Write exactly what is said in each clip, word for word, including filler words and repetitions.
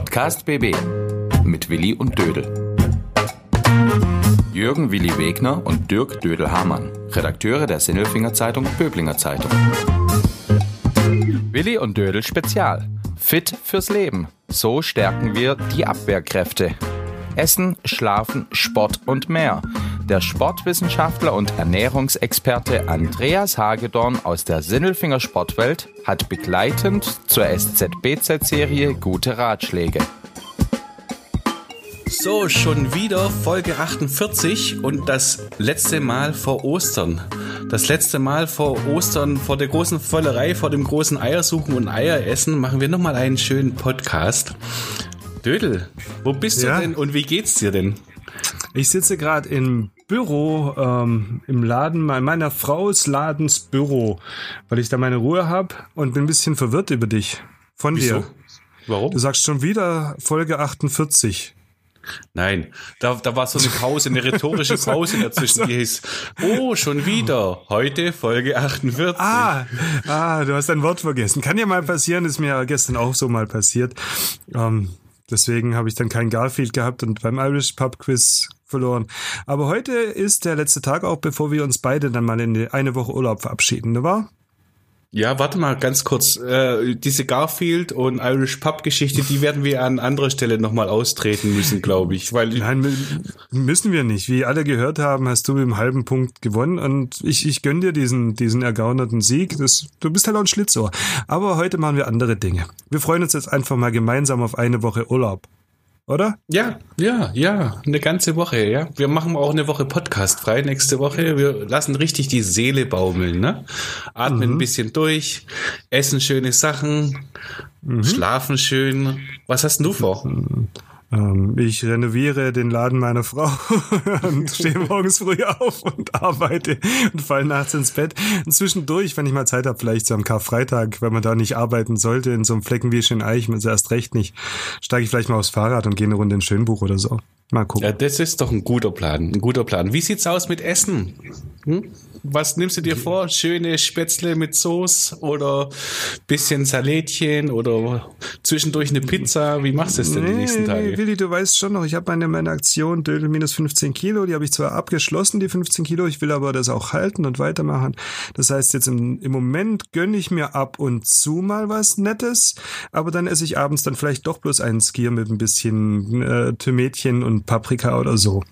Podcast B B mit Willi und Dödel. Jürgen Willi Wegner und Dirk Dödel-Hamann, Redakteure der Sinnelfinger Zeitung Böblinger Zeitung. Willi und Dödel Spezial. Fit fürs Leben. So stärken wir die Abwehrkräfte. Essen, Schlafen, Sport und mehr. Der Sportwissenschaftler und Ernährungsexperte Andreas Hagedorn aus der Sinnelfinger Sportwelt hat begleitend zur S Z B Z-Serie gute Ratschläge. So, schon wieder Folge achtundvierzig und das letzte Mal vor Ostern. Das letzte Mal vor Ostern, vor der großen Völlerei, vor dem großen Eiersuchen und Eieressen, machen wir nochmal einen schönen Podcast. Dödel, wo bist ja? du denn und wie geht's dir denn? Ich sitze gerade im Büro, ähm, im Laden, in meiner Frau's Ladens Büro, weil ich da meine Ruhe habe und bin ein bisschen verwirrt über dich. Von Wieso? dir. Warum? Du sagst schon wieder Folge achtundvierzig. Nein, da, da war so eine Pause, eine rhetorische Pause dazwischen, die hieß, oh, schon wieder, heute Folge achtundvierzig. Ah, ah, du hast ein Wort vergessen. Kann ja mal passieren, ist mir ja gestern auch so mal passiert. Ähm, deswegen habe ich dann kein Garfield gehabt und beim Irish Pub Quiz verloren. Aber heute ist der letzte Tag auch, bevor wir uns beide dann mal in die eine Woche Urlaub verabschieden, ne wahr? Ja, warte mal ganz kurz. Äh, diese Garfield und Irish Pub Geschichte, die werden wir an anderer Stelle nochmal austreten müssen, glaube ich. Weil Nein, müssen wir nicht. Wie alle gehört haben, hast du mit einem halben Punkt gewonnen und ich, ich gönne dir diesen, diesen ergaunerten Sieg. Das, du bist halt auch ein Schlitzohr. Aber heute machen wir andere Dinge. Wir freuen uns jetzt einfach mal gemeinsam auf eine Woche Urlaub. Oder? Ja, ja, ja, eine ganze Woche, ja. Wir machen auch eine Woche Podcast frei nächste Woche. Wir lassen richtig die Seele baumeln, ne? Atmen mhm. ein bisschen durch, essen schöne Sachen, mhm. schlafen schön. Was hast denn du vor? Ähm, ich renoviere den Laden meiner Frau und stehe morgens früh auf und arbeite und falle nachts ins Bett. Und zwischendurch, wenn ich mal Zeit habe, vielleicht so am Karfreitag, wenn man da nicht arbeiten sollte, in so einem Flecken wie Schöneich, also erst recht nicht, steige ich vielleicht mal aufs Fahrrad und gehe eine Runde in Schönbuch oder so. Mal gucken. Ja, das ist doch ein guter Plan, ein guter Plan. Wie sieht's aus mit Essen? Hm? Was nimmst du dir vor? Schöne Spätzle mit Soße oder bisschen Salätchen oder zwischendurch eine Pizza? Wie machst du es denn nee, die nächsten Tage? Nee, Willi, du weißt schon noch, ich habe meine, meine Aktion Dödel minus fünfzehn Kilo, die habe ich zwar abgeschlossen, die fünfzehn Kilo, ich will aber das auch halten und weitermachen. Das heißt, jetzt im, im Moment gönne ich mir ab und zu mal was Nettes, aber dann esse ich abends dann vielleicht doch bloß einen Skier mit ein bisschen äh, Tomätchen und Paprika oder so.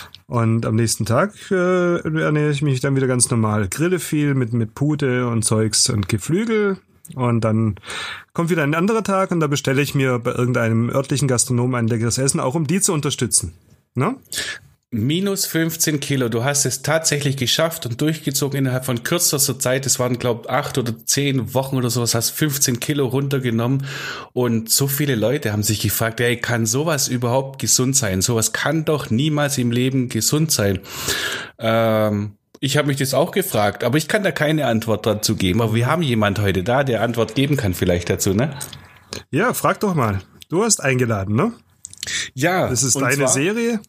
Und am nächsten Tag äh, ernähre ich mich dann wieder ganz normal. Grille viel mit, mit Pute und Zeugs und Geflügel. Und dann kommt wieder ein anderer Tag und da bestelle ich mir bei irgendeinem örtlichen Gastronomen ein leckeres Essen, auch um die zu unterstützen. Ne? Minus fünfzehn Kilo. Du hast es tatsächlich geschafft und durchgezogen innerhalb von kürzester Zeit. Es waren, glaube ich, acht oder zehn Wochen oder sowas. Hast fünfzehn Kilo runtergenommen. Und so viele Leute haben sich gefragt, ey, kann sowas überhaupt gesund sein? Sowas kann doch niemals im Leben gesund sein. Ähm, ich habe mich das auch gefragt, aber ich kann da keine Antwort dazu geben. Aber wir haben jemand heute da, der Antwort geben kann vielleicht dazu, ne? Ja, frag doch mal. Du hast eingeladen, ne? Ja. Das ist deine zwar, Serie?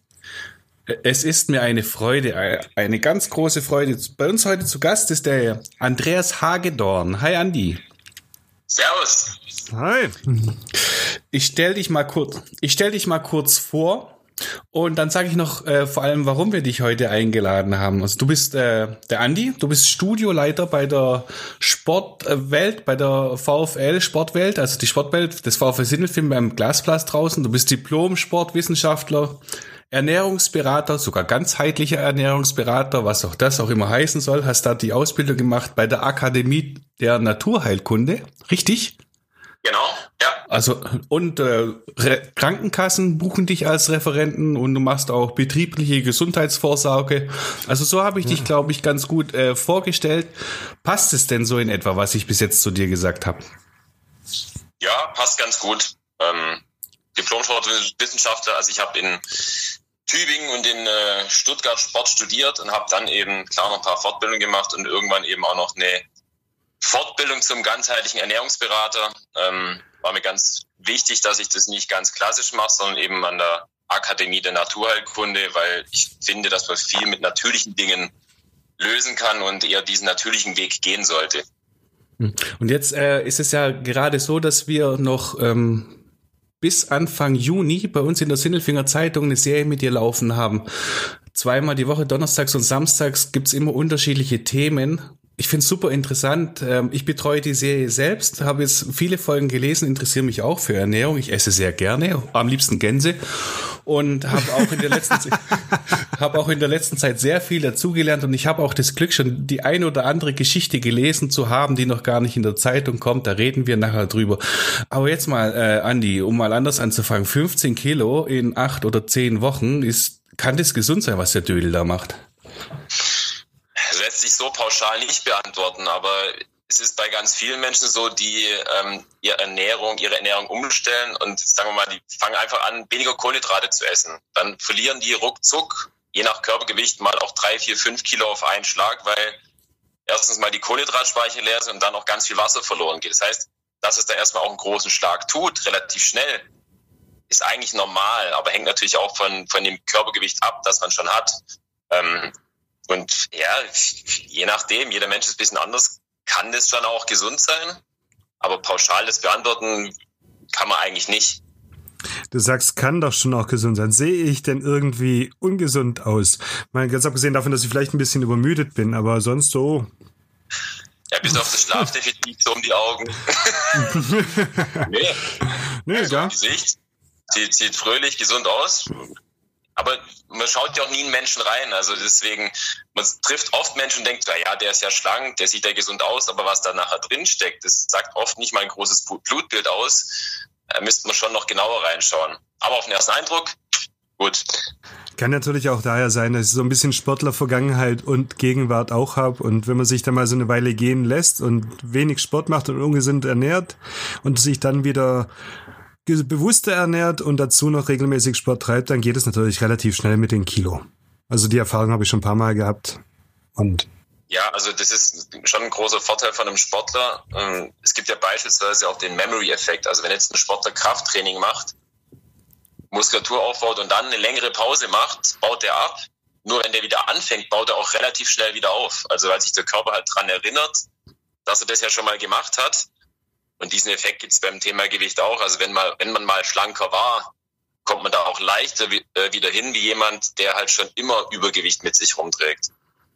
Es ist mir eine Freude, eine ganz große Freude. Bei uns heute zu Gast ist der Andreas Hagedorn. Hi Andi. Servus. Hi. Ich stell dich mal kurz, ich stell dich mal kurz vor und dann sage ich noch äh, vor allem, warum wir dich heute eingeladen haben. Also du bist äh, der Andi, du bist Studioleiter bei der Sportwelt, bei der VfL Sportwelt, also die Sportwelt des VfL Sinnelfingen beim Glasplatz draußen. Du bist Diplom-Sportwissenschaftler, Ernährungsberater, sogar ganzheitlicher Ernährungsberater, was auch das auch immer heißen soll, hast da die Ausbildung gemacht bei der Akademie der Naturheilkunde, richtig? Genau, ja. Also und äh, Re- Krankenkassen buchen dich als Referenten und du machst auch betriebliche Gesundheitsvorsorge. Also so habe ich ja. dich, glaube ich, ganz gut äh, vorgestellt. Passt es denn so in etwa, was ich bis jetzt zu dir gesagt habe? Ja, passt ganz gut. Ähm, Diplom-Sportwissenschaftler, also ich habe in Tübingen und in äh, Stuttgart Sport studiert und habe dann eben klar noch ein paar Fortbildungen gemacht und irgendwann eben auch noch eine Fortbildung zum ganzheitlichen Ernährungsberater. Ähm, war mir ganz wichtig, dass ich das nicht ganz klassisch mache, sondern eben an der Akademie der Naturheilkunde, weil ich finde, dass man viel mit natürlichen Dingen lösen kann und eher diesen natürlichen Weg gehen sollte. Und jetzt äh, ist es ja gerade so, dass wir noch ähm, bis Anfang Juni bei uns in der Sindelfinger Zeitung eine Serie mit dir laufen haben. Zweimal die Woche, donnerstags und samstags, gibt's immer unterschiedliche Themen. Ich finde es super interessant. Ich betreue die Serie selbst, habe jetzt viele Folgen gelesen, interessiere mich auch für Ernährung. Ich esse sehr gerne, am liebsten Gänse, und habe auch in der letzten habe auch in der letzten Zeit sehr viel dazugelernt, und ich habe auch das Glück, schon die ein oder andere Geschichte gelesen zu haben, die noch gar nicht in der Zeitung kommt. Da reden wir nachher drüber. Aber jetzt mal, äh, Andi, um mal anders anzufangen: fünfzehn Kilo in acht oder zehn Wochen, ist kann das gesund sein, was der Dödel da macht? Lässt sich so pauschal nicht beantworten, aber es ist bei ganz vielen Menschen so, die ähm, ihre Ernährung, ihre Ernährung umstellen und sagen wir mal, die fangen einfach an, weniger Kohlenhydrate zu essen. Dann verlieren die ruckzuck, je nach Körpergewicht, mal auch drei, vier, fünf Kilo auf einen Schlag, weil erstens mal die Kohlenhydratspeicher leer sind und dann noch ganz viel Wasser verloren geht. Das heißt, dass es da erstmal auch einen großen Schlag tut, relativ schnell, ist eigentlich normal, aber hängt natürlich auch von, von dem Körpergewicht ab, das man schon hat. Ähm, Und ja, je nachdem, jeder Mensch ist ein bisschen anders, kann das schon auch gesund sein, aber pauschal das beantworten kann man eigentlich nicht. Du sagst, kann doch schon auch gesund sein. Sehe ich denn irgendwie ungesund aus? Mal ganz abgesehen davon, dass ich vielleicht ein bisschen übermüdet bin, aber sonst so. Ja, bis auf das Schlafdefizit so um die Augen. nee, nee also ja. im Gesicht sieht, sieht fröhlich, gesund aus. Aber man schaut ja auch nie in Menschen rein, also deswegen, man trifft oft Menschen und denkt, na ja, der ist ja schlank, der sieht ja gesund aus, aber was da nachher drin steckt, das sagt oft nicht mal ein großes Blutbild aus, da müsste man schon noch genauer reinschauen. Aber auf den ersten Eindruck, gut. Kann natürlich auch daher sein, dass ich so ein bisschen Sportler-Vergangenheit und Gegenwart auch habe, und wenn man sich dann mal so eine Weile gehen lässt und wenig Sport macht und ungesund ernährt und sich dann wieder bewusster ernährt und dazu noch regelmäßig Sport treibt, dann geht es natürlich relativ schnell mit den Kilo. Also die Erfahrung habe ich schon ein paar Mal gehabt. Und ja, also das ist schon ein großer Vorteil von einem Sportler. Es gibt ja beispielsweise auch den Memory-Effekt. Also wenn jetzt ein Sportler Krafttraining macht, Muskulatur aufbaut und dann eine längere Pause macht, baut der ab. Nur wenn der wieder anfängt, baut er auch relativ schnell wieder auf. Also weil sich der Körper halt dran erinnert, dass er das ja schon mal gemacht hat. Und diesen Effekt gibt es beim Thema Gewicht auch. Also wenn mal, wenn man mal schlanker war, kommt man da auch leichter wie, äh, wieder hin, wie jemand, der halt schon immer Übergewicht mit sich rumträgt.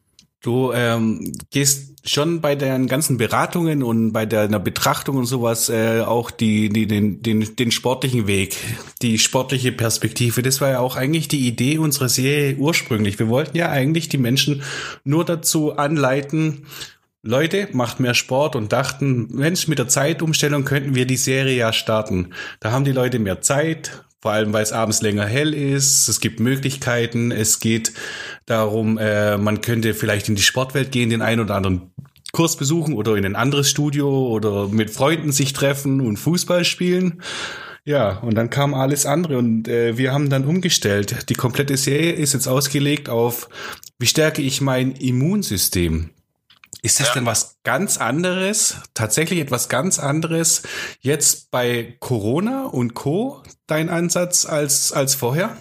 Du ähm, gehst schon bei deinen ganzen Beratungen und bei deiner Betrachtung und sowas äh, auch die, die den, den, den sportlichen Weg, die sportliche Perspektive. Das war ja auch eigentlich die Idee unserer Serie ursprünglich. Wir wollten ja eigentlich die Menschen nur dazu anleiten, Leute, macht mehr Sport, und dachten, Mensch, mit der Zeitumstellung könnten wir die Serie ja starten. Da haben die Leute mehr Zeit, vor allem weil es abends länger hell ist. Es gibt Möglichkeiten. Es geht darum, äh, man könnte vielleicht in die Sportwelt gehen, den einen oder anderen Kurs besuchen oder in ein anderes Studio oder mit Freunden sich treffen und Fußball spielen. Ja, und dann kam alles andere, und äh, wir haben dann umgestellt. Die komplette Serie ist jetzt ausgelegt auf, wie stärke ich mein Immunsystem? Ist das ja denn was ganz anderes, tatsächlich etwas ganz anderes jetzt bei Corona und Co., dein Ansatz als als vorher?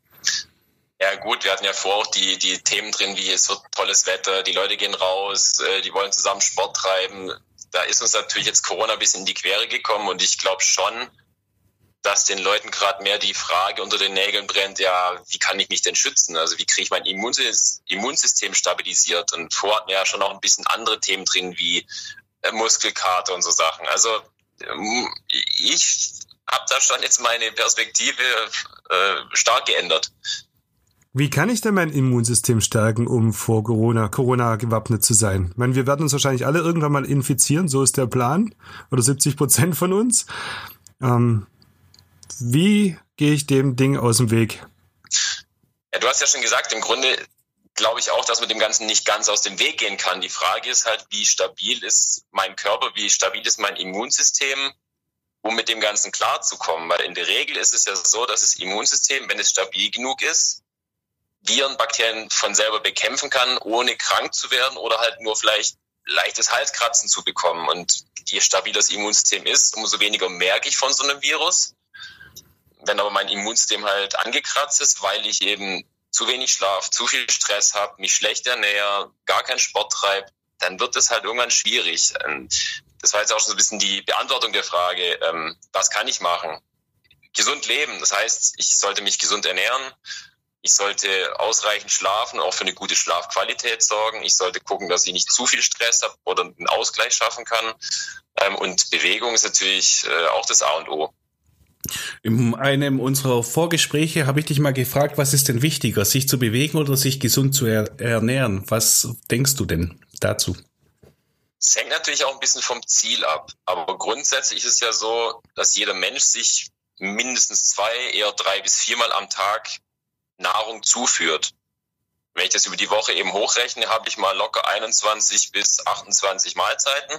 Ja gut, wir hatten ja vorher auch die, die Themen drin, wie es wird tolles Wetter, die Leute gehen raus, die wollen zusammen Sport treiben. Da ist uns natürlich jetzt Corona ein bisschen in die Quere gekommen, und ich glaube schon, dass den Leuten gerade mehr die Frage unter den Nägeln brennt, ja, wie kann ich mich denn schützen? Also wie kriege ich mein Immunsystem stabilisiert? Und vorher hatten wir ja schon auch ein bisschen andere Themen drin, wie äh, Muskelkater und so Sachen. Also ähm, ich habe da schon jetzt meine Perspektive äh, stark geändert. Wie kann ich denn mein Immunsystem stärken, um vor Corona, Corona gewappnet zu sein? Ich meine, wir werden uns wahrscheinlich alle irgendwann mal infizieren, so ist der Plan, oder siebzig Prozent von uns. Ähm, Wie gehe ich dem Ding aus dem Weg? Ja, du hast ja schon gesagt, im Grunde glaube ich auch, dass man dem Ganzen nicht ganz aus dem Weg gehen kann. Die Frage ist halt, wie stabil ist mein Körper, wie stabil ist mein Immunsystem, um mit dem Ganzen klarzukommen. Weil in der Regel ist es ja so, dass das Immunsystem, wenn es stabil genug ist, Viren, Bakterien von selber bekämpfen kann, ohne krank zu werden oder halt nur vielleicht leichtes Halskratzen zu bekommen. Und je stabiler das Immunsystem ist, umso weniger merke ich von so einem Virus. Wenn aber mein Immunsystem halt angekratzt ist, weil ich eben zu wenig Schlaf, zu viel Stress habe, mich schlecht ernähre, gar keinen Sport treibe, dann wird es halt irgendwann schwierig. Das war jetzt auch schon so ein bisschen die Beantwortung der Frage, was kann ich machen? gesund leben. Das heißt, ich sollte mich gesund ernähren. Ich sollte ausreichend schlafen, auch für eine gute Schlafqualität sorgen. Ich sollte gucken, dass ich nicht zu viel Stress habe oder einen Ausgleich schaffen kann. Und Bewegung ist natürlich auch das A und O. In einem unserer Vorgespräche habe ich dich mal gefragt, was ist denn wichtiger, sich zu bewegen oder sich gesund zu ernähren? Was denkst du denn dazu? Es hängt natürlich auch ein bisschen vom Ziel ab. Aber grundsätzlich ist es ja so, dass jeder Mensch sich mindestens zwei, eher drei bis viermal am Tag Nahrung zuführt. Wenn ich das über die Woche eben hochrechne, habe ich mal locker einundzwanzig bis achtundzwanzig Mahlzeiten.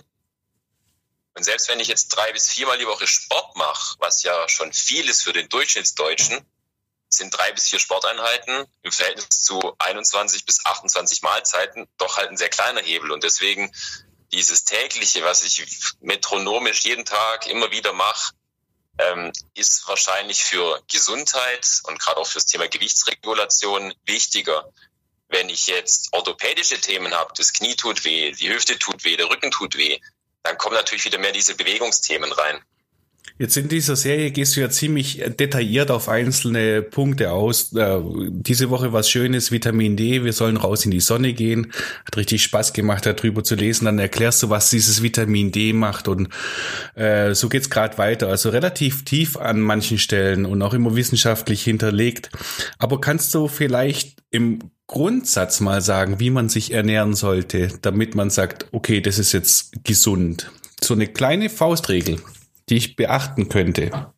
Und selbst wenn ich jetzt drei bis viermal die Woche Sport mache, was ja schon viel ist für den Durchschnittsdeutschen, sind drei bis vier Sporteinheiten im Verhältnis zu einundzwanzig bis achtundzwanzig Mahlzeiten doch halt ein sehr kleiner Hebel. Und deswegen dieses tägliche, was ich metronomisch jeden Tag immer wieder mache, ähm, ist wahrscheinlich für Gesundheit und gerade auch fürs Thema Gewichtsregulation wichtiger. Wenn ich jetzt orthopädische Themen habe, das Knie tut weh, die Hüfte tut weh, der Rücken tut weh, dann kommen natürlich wieder mehr diese Bewegungsthemen rein. Jetzt in dieser Serie gehst du ja ziemlich detailliert auf einzelne Punkte aus. Äh, diese Woche was Schönes, Vitamin D, wir sollen raus in die Sonne gehen. Hat richtig Spaß gemacht, darüber zu lesen. Dann erklärst du, was dieses Vitamin D macht und äh, so geht's gerade weiter. Also relativ tief an manchen Stellen und auch immer wissenschaftlich hinterlegt. Aber kannst du vielleicht im Grundsatz mal sagen, wie man sich ernähren sollte, damit man sagt, okay, das ist jetzt gesund. So eine kleine Faustregel, die ich beachten könnte.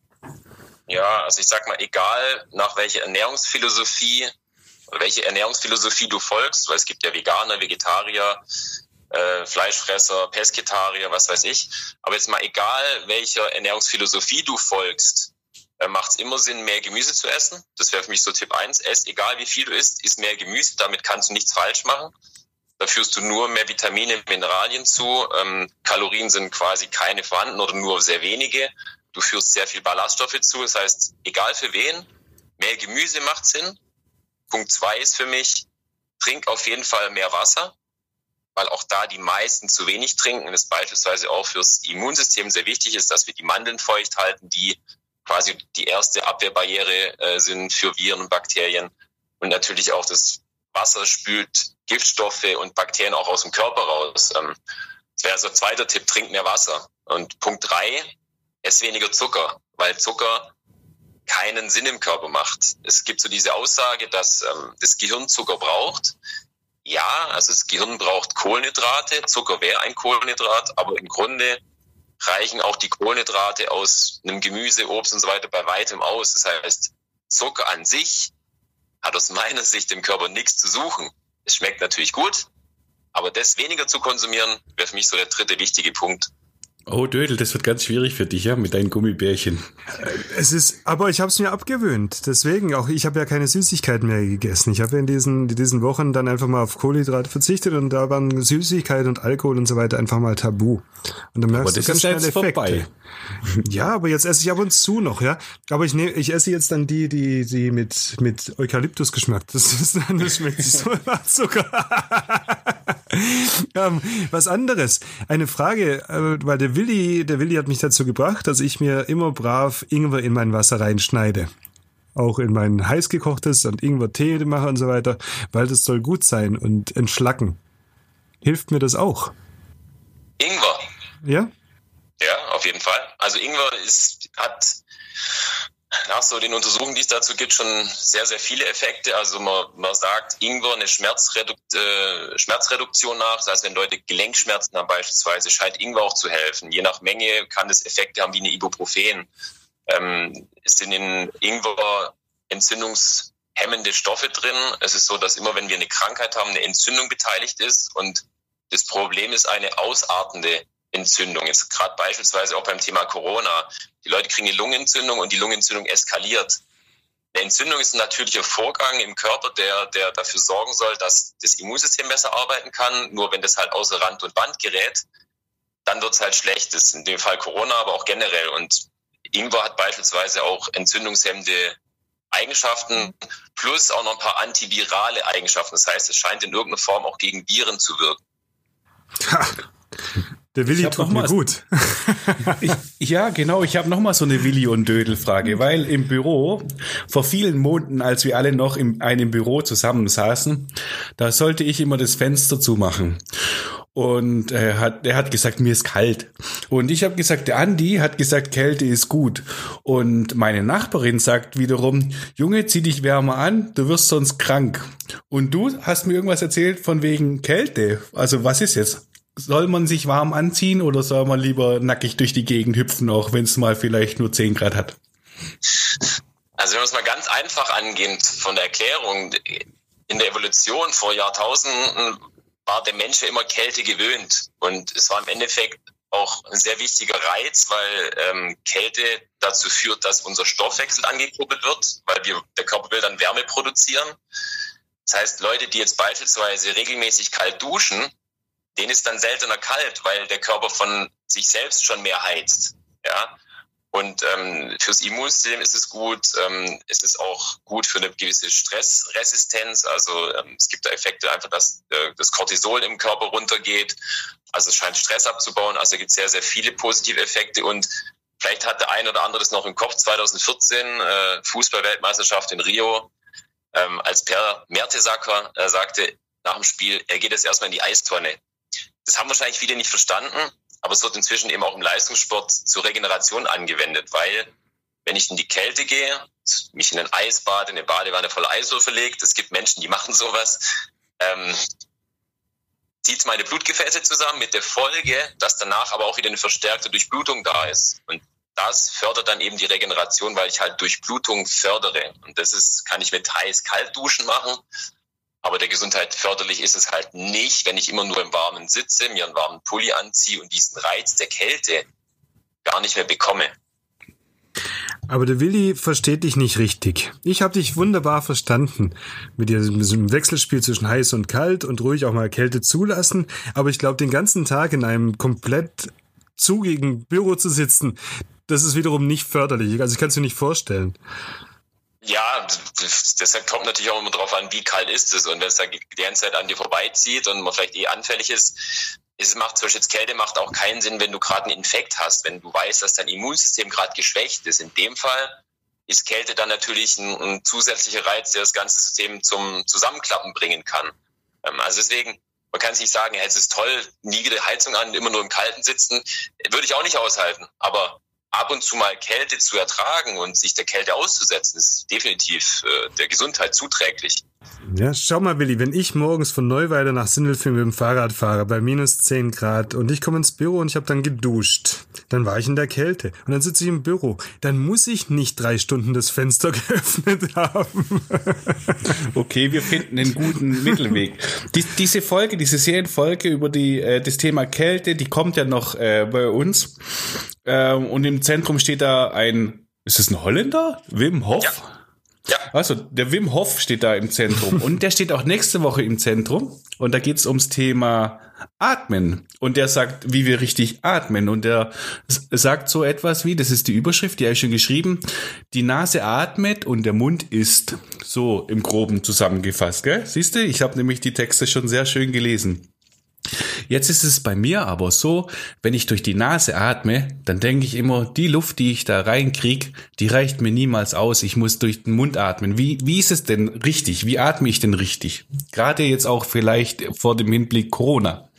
Ja, also ich sag mal, egal nach welcher Ernährungsphilosophie oder welche Ernährungsphilosophie du folgst, weil es gibt ja Veganer, Vegetarier, äh, Fleischfresser, Pesketarier, was weiß ich. Aber jetzt mal egal, welcher Ernährungsphilosophie du folgst, äh, macht es immer Sinn, mehr Gemüse zu essen. Das wäre für mich so Tipp eins. Ess, egal wie viel du isst, isst mehr Gemüse, damit kannst du nichts falsch machen. Da führst du nur mehr Vitamine, Mineralien zu. Ähm, Kalorien sind quasi keine vorhanden oder nur sehr wenige. Du führst sehr viel Ballaststoffe zu. Das heißt, egal für wen, mehr Gemüse macht Sinn. Punkt zwei ist für mich, trink auf jeden Fall mehr Wasser, weil auch da die meisten zu wenig trinken. Und es beispielsweise auch fürs Immunsystem sehr wichtig ist, dass wir die Mandeln feucht halten, die quasi die erste Abwehrbarriere äh, sind für Viren und Bakterien. Und natürlich auch das Wasser spült Giftstoffe und Bakterien auch aus dem Körper raus. Ähm, das wäre also ein zweiter Tipp, trink mehr Wasser. Und Punkt drei, ess weniger Zucker, weil Zucker keinen Sinn im Körper macht. Es gibt so diese Aussage, dass ähm, das Gehirn Zucker braucht. Ja, also das Gehirn braucht Kohlenhydrate. Zucker wäre ein Kohlenhydrat, aber im Grunde reichen auch die Kohlenhydrate aus einem Gemüse, Obst und so weiter bei weitem aus. Das heißt, Zucker an sich hat aus meiner Sicht im Körper nichts zu suchen. Es schmeckt natürlich gut, aber das weniger zu konsumieren, wäre für mich so der dritte wichtige Punkt. Oh Dödel, das wird ganz schwierig für dich, ja, mit deinen Gummibärchen. Es ist, aber ich habe es mir abgewöhnt. Deswegen, auch ich habe ja keine Süßigkeiten mehr gegessen. Ich habe ja in diesen, in diesen Wochen dann einfach mal auf Kohlenhydrate verzichtet und da waren Süßigkeiten und Alkohol und so weiter einfach mal tabu. Und dann merkst aber das du ganz ist schnell jetzt Effekte. Vorbei. Ja, aber jetzt esse ich ab und zu noch, ja. Aber ich nehme, ich esse jetzt dann die, die, die mit, mit Eukalyptusgeschmack. Das ist dann, das schmeckt so nach Zucker. ähm, was anderes. Eine Frage, äh, weil der Willi, der Willi hat mich dazu gebracht, dass ich mir immer brav Ingwer in mein Wasser reinschneide. Auch in mein heiß gekochtes und Ingwer-Tee mache und so weiter, weil das soll gut sein und entschlacken. Hilft mir das auch? Ingwer. Ja? Ja, auf jeden Fall. Also Ingwer ist, hat nach so den Untersuchungen, die es dazu gibt, schon sehr, sehr viele Effekte. Also man, man sagt Ingwer eine Schmerzredu- äh, Schmerzreduktion nach. Das heißt, wenn Leute Gelenkschmerzen haben beispielsweise, scheint Ingwer auch zu helfen. Je nach Menge kann das Effekte haben wie eine Ibuprofen. Ähm, es sind in Ingwer entzündungshemmende Stoffe drin. Es ist so, dass immer, wenn wir eine Krankheit haben, eine Entzündung beteiligt ist. Und das Problem ist eine ausartende Entzündung. Jetzt gerade beispielsweise auch beim Thema Corona. Die Leute kriegen eine Lungenentzündung und die Lungenentzündung eskaliert. Eine Entzündung ist ein natürlicher Vorgang im Körper, der, der dafür sorgen soll, dass das Immunsystem besser arbeiten kann. Nur wenn das halt außer Rand und Band gerät, dann wird es halt schlecht. Das ist in dem Fall Corona, aber auch generell. Und Ingwer hat beispielsweise auch entzündungshemmende Eigenschaften plus auch noch ein paar antivirale Eigenschaften. Das heißt, es scheint in irgendeiner Form auch gegen Viren zu wirken. Ha. Der Willi tut mir gut. ich, ja, genau. Ich habe noch mal so eine Willi- und Dödel-Frage, weil im Büro, vor vielen Monaten, als wir alle noch in einem Büro zusammensaßen, da sollte ich immer das Fenster zumachen. Und er hat, er hat gesagt, mir ist kalt. Und ich habe gesagt, der Andi hat gesagt, Kälte ist gut. Und meine Nachbarin sagt wiederum, Junge, zieh dich wärmer an, du wirst sonst krank. Und du hast mir irgendwas erzählt von wegen Kälte. Also was ist jetzt? Soll man sich warm anziehen oder soll man lieber nackig durch die Gegend hüpfen, auch wenn es mal vielleicht nur zehn Grad hat? Also wenn wir es mal ganz einfach angehen von der Erklärung, in der Evolution vor Jahrtausenden war der Mensch ja immer Kälte gewöhnt. Und es war im Endeffekt auch ein sehr wichtiger Reiz, weil ähm, Kälte dazu führt, dass unser Stoffwechsel angekurbelt wird, weil wir, der Körper will dann Wärme produzieren. Das heißt, Leute, die jetzt beispielsweise regelmäßig kalt duschen, denen ist dann seltener kalt, weil der Körper von sich selbst schon mehr heizt. Ja. Und ähm, fürs Immunsystem ist es gut. Ähm, es ist auch gut für eine gewisse Stressresistenz. Also ähm, es gibt da Effekte einfach, dass äh, das Cortisol im Körper runtergeht. Also es scheint Stress abzubauen. Also es gibt sehr, sehr viele positive Effekte. Und vielleicht hat der ein oder andere das noch im Kopf. zwanzig vierzehn äh, Fußball-Weltmeisterschaft in Rio, ähm, als Per Mertesacker äh, sagte nach dem Spiel, er geht jetzt erstmal in die Eistonne. Das haben wahrscheinlich viele nicht verstanden, aber es wird inzwischen eben auch im Leistungssport zur Regeneration angewendet, weil wenn ich in die Kälte gehe, mich in ein Eisbad, in eine Badewanne voll Eiswürfel legt, es gibt Menschen, die machen sowas, ähm, zieht meine Blutgefäße zusammen mit der Folge, dass danach aber auch wieder eine verstärkte Durchblutung da ist. Und das fördert dann eben die Regeneration, weil ich halt Durchblutung fördere. Und das ist, kann ich mit heiß-kalt duschen machen. Aber der Gesundheit förderlich ist es halt nicht, wenn ich immer nur im Warmen sitze, mir einen warmen Pulli anziehe und diesen Reiz der Kälte gar nicht mehr bekomme. Aber der Willi versteht dich nicht richtig. Ich habe dich wunderbar verstanden mit diesem Wechselspiel zwischen heiß und kalt und ruhig auch mal Kälte zulassen. Aber ich glaube, den ganzen Tag in einem komplett zugigen Büro zu sitzen, das ist wiederum nicht förderlich. Also ich kann es mir nicht vorstellen. Ja, deshalb kommt natürlich auch immer drauf an, wie kalt ist es. Und wenn es dann die ganze Zeit an dir vorbeizieht und man vielleicht eh anfällig ist, es macht zum Beispiel jetzt Kälte macht auch keinen Sinn, wenn du gerade einen Infekt hast, wenn du weißt, dass dein Immunsystem gerade geschwächt ist. In dem Fall ist Kälte dann natürlich ein, ein zusätzlicher Reiz, der das ganze System zum Zusammenklappen bringen kann. Also deswegen, man kann sich nicht sagen, ja, es ist toll, nie wieder Heizung an, immer nur im Kalten sitzen. Würde ich auch nicht aushalten. Aber ab und zu mal Kälte zu ertragen und sich der Kälte auszusetzen, ist definitiv äh, der Gesundheit zuträglich. Ja, schau mal, Willi, wenn ich morgens von Neuweide nach Sindelfingen mit dem Fahrrad fahre, bei minus zehn Grad und ich komme ins Büro und ich habe dann geduscht, dann war ich in der Kälte und dann sitze ich im Büro, dann muss ich nicht drei Stunden das Fenster geöffnet haben. Okay, wir finden einen guten Mittelweg. Die, diese Folge, diese Serienfolge über die, äh, das Thema Kälte, die kommt ja noch äh, bei uns. Ähm, und im Zentrum steht da ein, ist das ein Holländer? Wim Hof? Ja. Ja. Also, der Wim Hof steht da im Zentrum. Und der steht auch nächste Woche im Zentrum. Und da geht's ums Thema Atmen. Und der sagt, wie wir richtig atmen. Und der sagt so etwas wie, das ist die Überschrift, die habe ich schon geschrieben, die Nase atmet und der Mund isst. So im Groben zusammengefasst, gell? Siehst du, ich habe nämlich die Texte schon sehr schön gelesen. Jetzt ist es bei mir aber so, wenn ich durch die Nase atme, dann denke ich immer, die Luft, die ich da reinkriege, die reicht mir niemals aus. Ich muss durch den Mund atmen. Wie, wie ist es denn richtig? Wie atme ich denn richtig? Gerade jetzt auch vielleicht vor dem Hinblick Corona.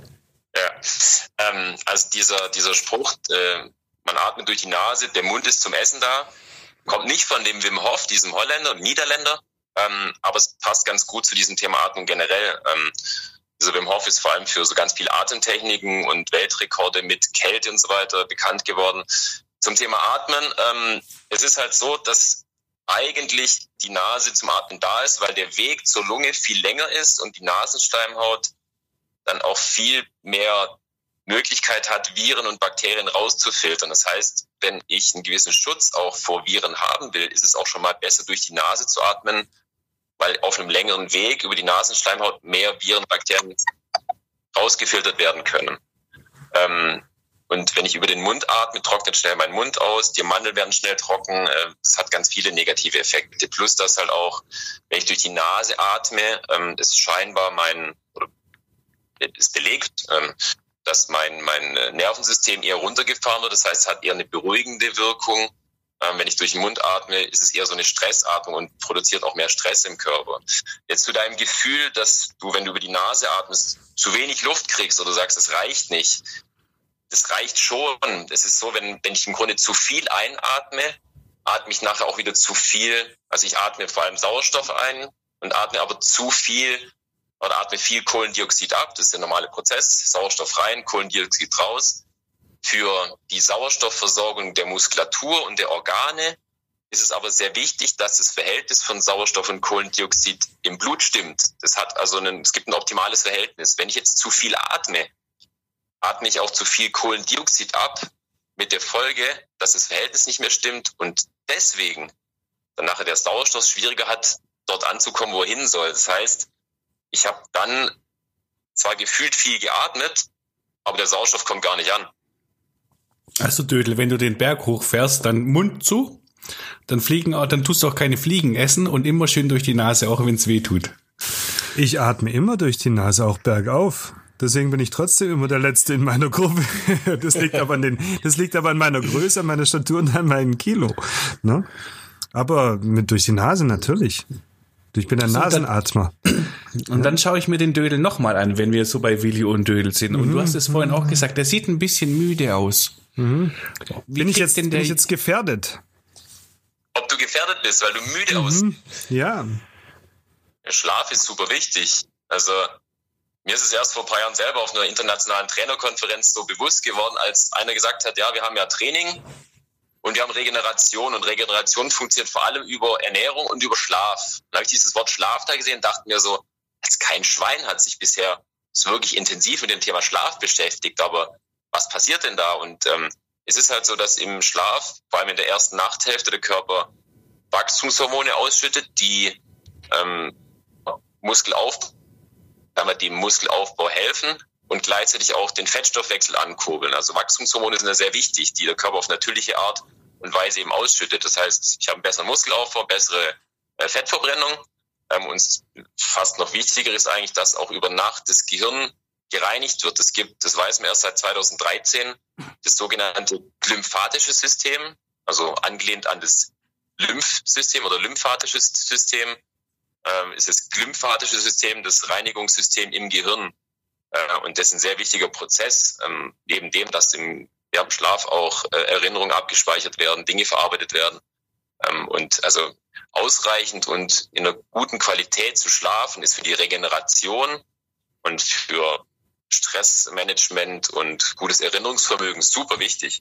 Ja, ähm, also dieser, dieser Spruch, äh, man atmet durch die Nase, der Mund ist zum Essen da, kommt nicht von dem Wim Hof, diesem Holländer und Niederländer, ähm, aber es passt ganz gut zu diesem Thema Atmung generell. Ähm, Also Wim Hof ist vor allem für so ganz viele Atemtechniken und Weltrekorde mit Kälte und so weiter bekannt geworden. Zum Thema Atmen, ähm, es ist halt so, dass eigentlich die Nase zum Atmen da ist, weil der Weg zur Lunge viel länger ist und die Nasenschleimhaut dann auch viel mehr Möglichkeit hat, Viren und Bakterien rauszufiltern. Das heißt, wenn ich einen gewissen Schutz auch vor Viren haben will, ist es auch schon mal besser, durch die Nase zu atmen, weil auf einem längeren Weg über die Nasenschleimhaut mehr Viren und Bakterien rausgefiltert werden können. Ähm, und wenn ich über den Mund atme, trocknet schnell mein Mund aus, die Mandeln werden schnell trocken. Äh, das hat ganz viele negative Effekte. Plus, dass halt auch, wenn ich durch die Nase atme, ähm, ist scheinbar mein, oder ist belegt, ähm, dass mein, mein Nervensystem eher runtergefahren wird. Das heißt, es hat eher eine beruhigende Wirkung. Ähm, wenn ich durch den Mund atme, ist es eher so eine Stressatmung und produziert auch mehr Stress im Körper. Jetzt zu deinem Gefühl, dass du, wenn du über die Nase atmest, zu wenig Luft kriegst oder sagst, es reicht nicht. Das reicht schon. Es ist so, wenn, wenn ich im Grunde zu viel einatme, atme ich nachher auch wieder zu viel. Also ich atme vor allem Sauerstoff ein und atme aber zu viel oder atme viel Kohlendioxid ab. Das ist der normale Prozess. Sauerstoff rein, Kohlendioxid raus. Für die Sauerstoffversorgung der Muskulatur und der Organe ist es aber sehr wichtig, dass das Verhältnis von Sauerstoff und Kohlendioxid im Blut stimmt. Das hat also ein, es gibt ein optimales Verhältnis. Wenn ich jetzt zu viel atme, atme ich auch zu viel Kohlendioxid ab, mit der Folge, dass das Verhältnis nicht mehr stimmt und deswegen dann nachher der Sauerstoff schwieriger hat, dort anzukommen, wo er hin soll. Das heißt, ich habe dann zwar gefühlt viel geatmet, aber der Sauerstoff kommt gar nicht an. Also Dödel, wenn du den Berg hochfährst, dann Mund zu, dann fliegen, dann tust du auch keine Fliegen essen und immer schön durch die Nase, auch wenn es weh tut. Ich atme immer durch die Nase, auch bergauf. Deswegen bin ich trotzdem immer der Letzte in meiner Gruppe. Das liegt aber an den, das liegt aber an meiner Größe, an meiner Statur und an meinen Kilo. Ne? Aber mit durch die Nase natürlich. Ich bin ein so, Nasenatmer. Dann, und dann schaue ich mir den Dödel nochmal an, wenn wir so bei Willi und Dödel sind. Und mhm. du hast es vorhin auch gesagt, der sieht ein bisschen müde aus. Mhm. Bin ich jetzt, denn bin ich jetzt gefährdet? Ob du gefährdet bist, weil du müde mhm. aussiehst? Ja. Der Schlaf ist super wichtig. Also mir ist es erst vor ein paar Jahren selber auf einer internationalen Trainerkonferenz so bewusst geworden, als einer gesagt hat, ja, wir haben ja Training und wir haben Regeneration und Regeneration funktioniert vor allem über Ernährung und über Schlaf. Dann habe ich dieses Wort Schlaf da gesehen und dachte mir so, als kein Schwein hat sich bisher so wirklich intensiv mit dem Thema Schlaf beschäftigt, aber was passiert denn da? Und ähm, es ist halt so, dass im Schlaf, vor allem in der ersten Nachthälfte, der Körper Wachstumshormone ausschüttet, die ähm, Muskelaufbau, dem Muskelaufbau helfen und gleichzeitig auch den Fettstoffwechsel ankurbeln. Also Wachstumshormone sind da sehr wichtig, die der Körper auf natürliche Art und Weise eben ausschüttet. Das heißt, ich habe einen besseren Muskelaufbau, bessere äh, Fettverbrennung. Ähm, und fast noch wichtiger ist eigentlich, dass auch über Nacht das Gehirn gereinigt wird. Es gibt, das weiß man erst seit zweitausenddreizehn, das sogenannte glymphatische System, also angelehnt an das Lymphsystem oder lymphatisches System, ähm, ist das glymphatische System, das Reinigungssystem im Gehirn. Äh, und das ist ein sehr wichtiger Prozess, ähm, neben dem, dass im, ja, im Schlaf auch äh, Erinnerungen abgespeichert werden, Dinge verarbeitet werden. Ähm, und also ausreichend und in einer guten Qualität zu schlafen ist für die Regeneration und für Stressmanagement und gutes Erinnerungsvermögen super wichtig.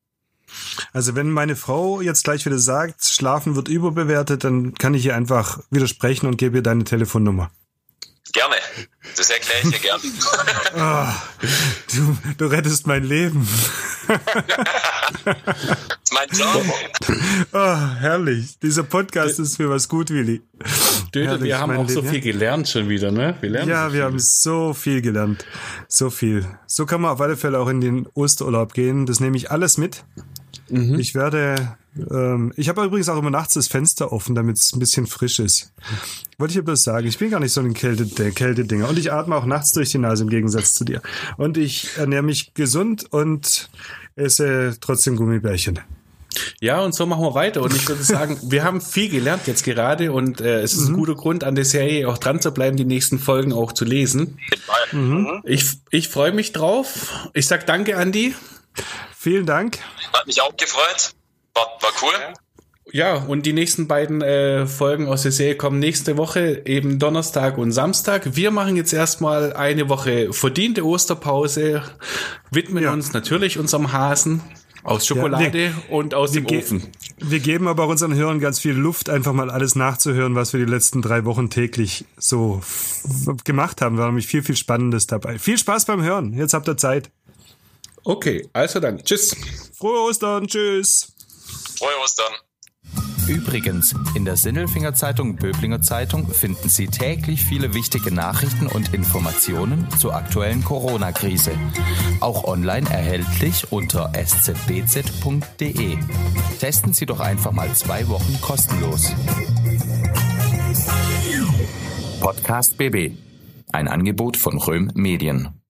Also wenn meine Frau jetzt gleich wieder sagt, Schlafen wird überbewertet, dann kann ich ihr einfach widersprechen und gebe ihr deine Telefonnummer. Gerne. Das erkläre ich dir gerne. Oh, du, du rettest mein Leben. Das ist mein Job. Oh, herrlich. Dieser Podcast ist für was gut, Willi. Dödel, wir haben auch Leben, so viel gelernt schon wieder, ne? Wir lernen ja, so wir haben so viel gelernt. So viel. So kann man auf alle Fälle auch in den Osterurlaub gehen. Das nehme ich alles mit. Mhm. Ich werde, ähm, ich habe übrigens auch immer nachts das Fenster offen, damit es ein bisschen frisch ist. Wollte ich aber sagen, ich bin gar nicht so ein Kälte, Kältedinger. Und ich atme auch nachts durch die Nase im Gegensatz zu dir. Und ich ernähre mich gesund und esse trotzdem Gummibärchen. Ja, und so machen wir weiter. Und ich würde sagen, wir haben viel gelernt jetzt gerade und äh, es ist mhm. ein guter Grund, an der Serie auch dran zu bleiben, die nächsten Folgen auch zu lesen. Mhm. Ich, ich freue mich drauf. Ich sag danke, Andi. Vielen Dank. Hat mich auch gefreut. War, war cool. Ja, und die nächsten beiden äh, Folgen aus der Serie kommen nächste Woche, eben Donnerstag und Samstag. Wir machen jetzt erstmal eine Woche verdiente Osterpause, widmen ja. uns natürlich unserem Hasen aus Schokolade ja, wir, und aus dem ge- Ofen. Wir geben aber auch unseren Hörern ganz viel Luft, einfach mal alles nachzuhören, was wir die letzten drei Wochen täglich so f- gemacht haben. Da war nämlich viel, viel Spannendes dabei. Viel Spaß beim Hören. Jetzt habt ihr Zeit. Okay, also dann. Tschüss. Frohe Ostern. Tschüss. Frohe Ostern. Übrigens, in der Sinnelfinger Zeitung Böblinger Zeitung finden Sie täglich viele wichtige Nachrichten und Informationen zur aktuellen Corona-Krise. Auch online erhältlich unter s z b z punkt d e. Testen Sie doch einfach mal zwei Wochen kostenlos. Podcast B B. Ein Angebot von Röhm Medien.